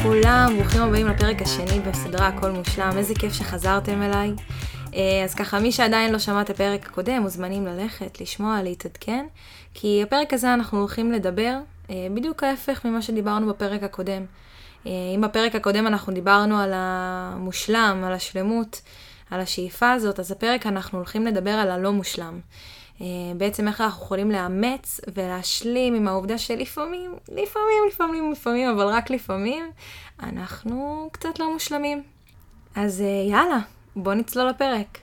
לכולם, ברוכים הבאים לפרק השני בסדרה הכל מושלם, איזה כיף שחזרתם אליי. אז ככה, מי שעדיין לא שמע את הפרק הקודם, מוזמנים ללכת, לשמוע, להתעדכן, כי הפרק הזה אנחנו הולכים לדבר בדיוק ההפך ממה שדיברנו בפרק הקודם. אם בפרק הקודם אנחנו דיברנו על המושלם, על השלמות, על השאיפה הזאת, אז הפרק אנחנו הולכים לדבר על הלא מושלם. בעצם איך אנחנו יכולים לאמץ ולהשלים עם העובדה שלפעמים, אבל רק לפעמים, אנחנו קצת לא מושלמים. אז יאללה, בוא נצלול לפרק.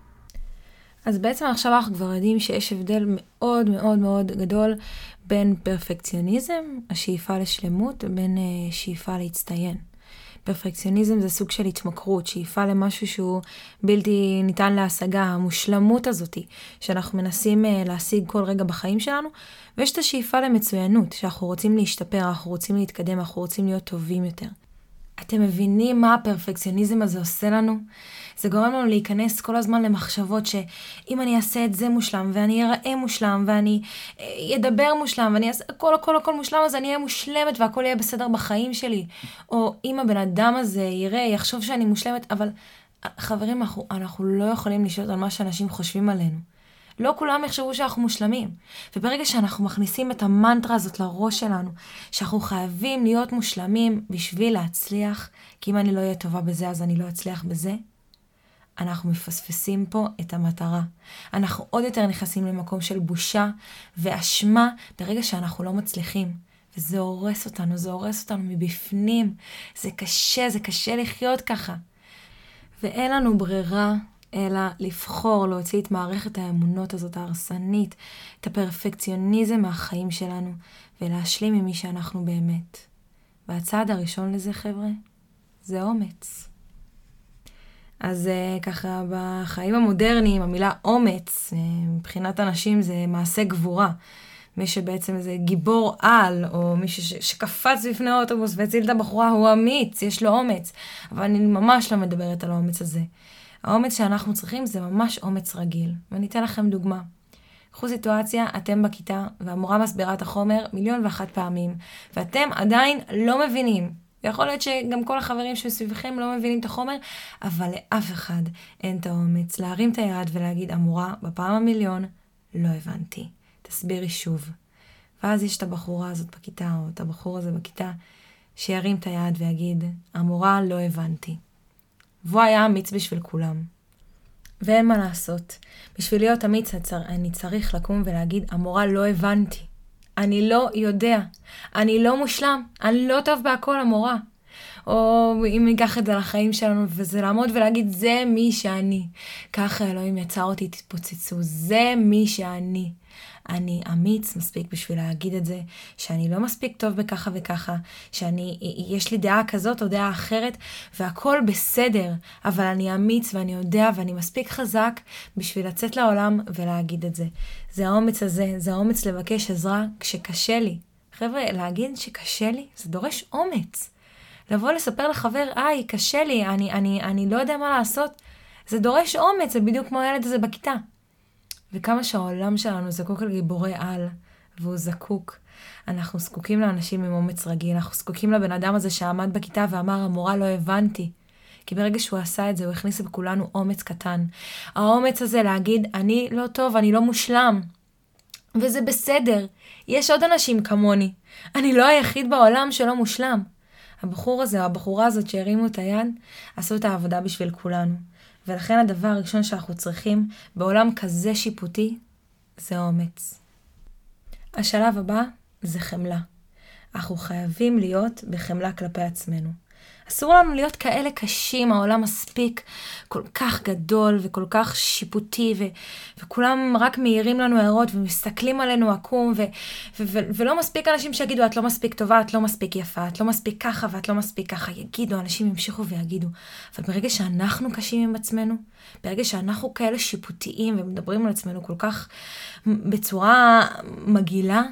אז בעצם עכשיו אנחנו כבר יודעים שיש הבדל מאוד מאוד מאוד גדול בין פרפקציוניזם, השאיפה לשלמות, ובין שאיפה להצטיין. פרפקציוניזם זה סוג של התמכרות, שאיפה למשהו שהוא בלתי ניתן להשגה, המושלמות הזאת שאנחנו מנסים להשיג כל רגע בחיים שלנו, ויש את השאיפה למצוינות, שאנחנו רוצים להשתפר, אנחנו רוצים להתקדם, אנחנו רוצים להיות טובים יותר. אתם מבינים מה הפרפקציוניזם הזה עושה לנו? זה גורם לנו להיכנס כל הזמן למחשבות שאם אני אעשה את זה מושלם, ואני אראה מושלם, ואני אדבר מושלם, ואני אעשה הכל מושלם, אז אני אהיה מושלמת, והכל יהיה בסדר בחיים שלי. או אם הבן אדם הזה יראה, יחשוב שאני מושלמת, אבל חברים, אנחנו לא יכולים לשלוט על מה שאנשים חושבים עלינו. לא כולם יחשבו שאנחנו מושלמים. וברגע שאנחנו מכניסים את המנטרה הזאת לראש שלנו, שאנחנו חייבים להיות מושלמים בשביל להצליח, כי אם אני לא אהיה טובה בזה, אז אני לא אצליח בזה, אנחנו מפספסים פה את המטרה. אנחנו עוד יותר נכנסים למקום של בושה ואשמה ברגע שאנחנו לא מצליחים. וזה הורס אותנו, זה הורס אותנו מבפנים. זה קשה לחיות ככה. ואין לנו ברירה אלא לבחור, להוציא את מערכת האמונות הזאת, ההרסנית, את הפרפקציוניזם מהחיים שלנו, ולהשלים עם מי שאנחנו באמת. והצעד הראשון לזה, חבר'ה, זה אומץ. אז ככה, בחיים המודרניים, המילה אומץ, מבחינת אנשים זה מעשה גבורה. מי שבעצם זה גיבור על, או מי שקפץ בפני האוטובוס והציל את הבחורה, הוא אמיץ, יש לו אומץ. אבל אני ממש לא מדברת על האומץ הזה. האומץ שאנחנו צריכים זה ממש אומץ רגיל. ואני אתן לכם דוגמה. קחו סיטואציה, אתם בכיתה, והמורה מסבירה את החומר 1,001,000 פעמים, ואתם עדיין לא מבינים. ויכול להיות שגם כל החברים שסביבכם לא מבינים את החומר, אבל לאף אחד אין את האומץ להרים את היד ולהגיד, המורה, בפעם 1,000,000 לא הבנתי. תסבירי שוב. ואז יש את הבחורה הזאת בכיתה, או את הבחור הזה בכיתה, שירים את היד ויגיד, המורה, לא הבנתי. והוא היה אמיץ בשביל כולם. ואין מה לעשות. בשביל להיות אמיץ, אני צריך לקום ולהגיד, המורה, לא הבנתי. אני לא יודע. אני לא מושלם. אני לא טוב בהכל, המורה. או אם ניקח את זה לחיים שלנו, וזה לעמוד ולהגיד, זה מי שאני. ככה אלוהים יצר אותי, תתפוצצו. זה מי שאני. אני אמיץ מספיק בשביל להגיד את זה, שאני לא מספיק טוב בככה וככה, יש לי דעה כזאת או דעה אחרת, והכל בסדר, אבל אני אמיץ ואני יודע ואני מספיק חזק בשביל לצאת לעולם ולהגיד את זה. זה האומץ הזה, זה האומץ לבקש עזרה כשקשה לי. חבר'ה, להגיד שקשה לי, זה דורש אומץ. לבוא לספר לחבר, קשה לי, אני לא יודע מה לעשות, זה דורש אומץ, זה בדיוק כמו הילד הזה בכיתה. וכמה שהעולם שלנו זקוק על גיבורי על, והוא זקוק. אנחנו זקוקים לאנשים עם אומץ רגיל, אנחנו זקוקים לבן אדם הזה שעמד בכיתה ואמר, המורה לא הבנתי. כי ברגע שהוא עשה את זה, הוא הכניס בכולנו אומץ קטן. האומץ הזה להגיד, אני לא טוב, אני לא מושלם. וזה בסדר. יש עוד אנשים כמוני. אני לא היחיד בעולם שלא מושלם. הבחור הזה או הבחורה הזאת שהרימו את היד, עשו את העבודה בשביל כולנו. ולכן הדבר הראשון שאנחנו צריכים בעולם כזה שיפוטי, זה אומץ. השלב הבא זה חמלה. אנחנו חייבים להיות בחמלה כלפי עצמנו. אסור לנו להיות כאלה קשים, העולם מספיק כל כך גדול וכל כך שיפוטי, וכולם רק מאירים לנו הערות ומסתכלים עלינו עקום, ולא מספיק אנשים שיגידו, את לא מספיק טובה, את לא מספיק יפה, את לא מספיק ככה ואת לא מספיק ככה. יגידו, אנשים ימשיכו ויגידו. אבל ברגע שאנחנו קשים עם עצמנו, ברגע שאנחנו כאלה שיפוטיים ומדברים על עצמנו כל כך בצורה מגעילה,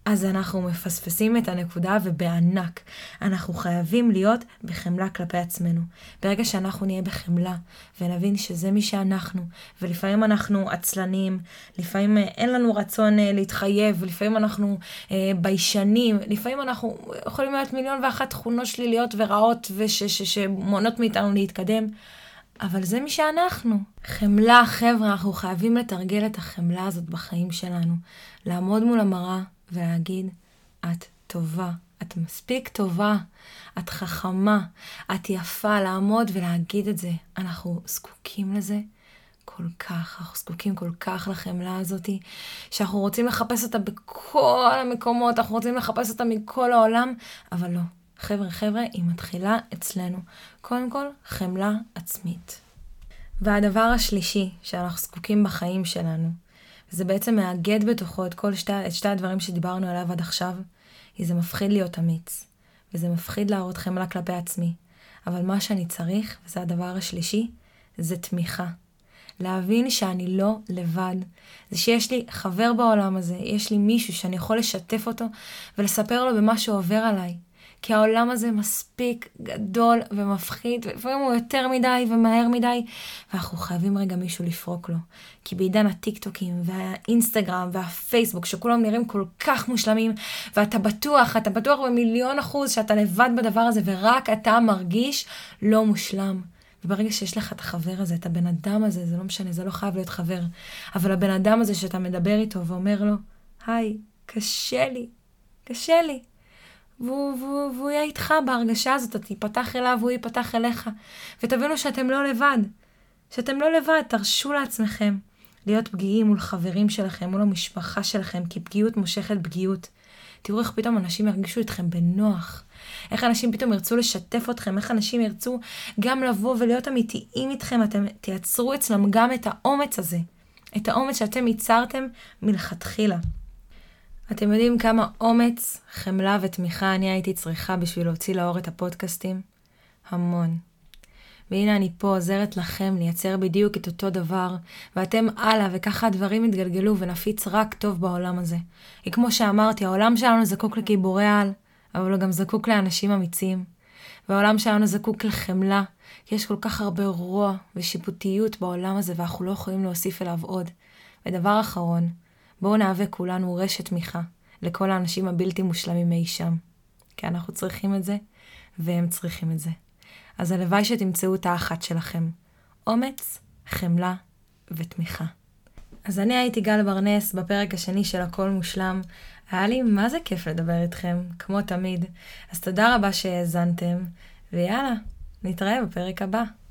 אז אנחנו מפספסים את הנקודה ובענק. אנחנו חייבים להיות בחמלה כלפי עצמנו. ברגע שאנחנו נהיה בחמלה ונבין שזה מי שאנחנו, ולפעמים אנחנו עצלנים, לפעמים אין לנו רצון להתחייב, לפעמים אנחנו ביישנים, לפעמים אנחנו יכולים להיות 1,000,001 תכונות שליליות ורעות שמונעות מאיתנו להתקדם, אבל זה מי שאנחנו. חמלה, חבר'ה, אנחנו חייבים לתרגל את החמלה הזאת בחיים שלנו. לעמוד מול המראה ולהגיד, את טובה, את מספיק טובה, את חכמה, את יפה, לעמוד ולהגיד את זה. אנחנו זקוקים לזה כל כך, אנחנו זקוקים כל כך לחמלה הזאת, שאנחנו רוצים לחפש אותה בכל המקומות, אנחנו רוצים לחפש אותה מכל העולם, אבל לא. חבר'ה, היא מתחילה אצלנו. קודם כל, חמלה עצמית. והדבר השלישי שאנחנו זקוקים בחיים שלנו, וזה בעצם מאגד בתוכו את שתי הדברים שדיברנו עליו עד עכשיו, זה מפחיד להיות אמיץ, וזה מפחיד להראות חמלה כלפי עצמי. אבל מה שאני צריך, וזה הדבר השלישי, זה תמיכה. להבין שאני לא לבד. זה שיש לי חבר בעולם הזה, יש לי מישהו שאני יכול לשתף אותו, ולספר לו במה שעובר עליי. כי העולם הזה מספיק גדול ומפחיד, ולפעמים הוא יותר מדי ומהר מדי, ואנחנו חייבים רגע מישהו לפרוק לו. כי בעידן הטיקטוקים והאינסטגרם והפייסבוק, שכולם נראים כל כך מושלמים, ואתה בטוח ב1,000,000% שאתה לבד בדבר הזה, ורק אתה מרגיש לא מושלם. וברגע שיש לך את החבר הזה, את הבן אדם הזה, זה לא משנה, זה לא חייב להיות חבר, אבל הבן אדם הזה שאתה מדבר איתו ואומר לו, היי, קשה לי. והוא יהיה איתך בהרגשה הזאת, אתה תיפתח אליו והוא ייפתח אליך. ותבינו שאתם לא לבד. תרשו לעצמכם להיות פגיעים מול חברים שלכם, מול המשפחה שלכם, כי פגיעות מושכת פגיעות. תראו איך פתאום אנשים ירגישו אתכם בנוח. איך אנשים פתאום ירצו לשתף אתכם, איך אנשים ירצו גם לבוא ולהיות אמיתיים איתכם. אתם תייצרו אצלם גם את האומץ הזה. את האומץ שאתם ייצרתם מלכתחילה. אתם יודעים כמה אומץ, חמלה ותמיכה אני הייתי צריכה בשביל להוציא לאור את הפודקאסטים? המון. והנה אני פה עוזרת לכם לייצר בדיוק את אותו דבר, ואתם הלאה, וככה הדברים יתגלגלו ונפיץ רק טוב בעולם הזה. כי כמו שאמרתי, העולם שלנו זקוק לגיבורי על, אבל הוא גם זקוק לאנשים אמיצים. והעולם שלנו זקוק לחמלה, כי יש כל כך הרבה רוע ושיפוטיות בעולם הזה, ואנחנו לא יכולים להוסיף אליו עוד. ודבר אחרון, בואו נהווה כולנו רשת תמיכה לכל האנשים הבלתי מושלמים אי שם. כי אנחנו צריכים את זה, והם צריכים את זה. אז הלוואי שתמצאו את האחת שלכם. אומץ, חמלה ותמיכה. אז אני הייתי גל ברנס בפרק השני של הכל מושלם. היה לי מה זה כיף לדבר איתכם, כמו תמיד. אז תודה רבה שהאזנתם, ויאללה, נתראה בפרק הבא.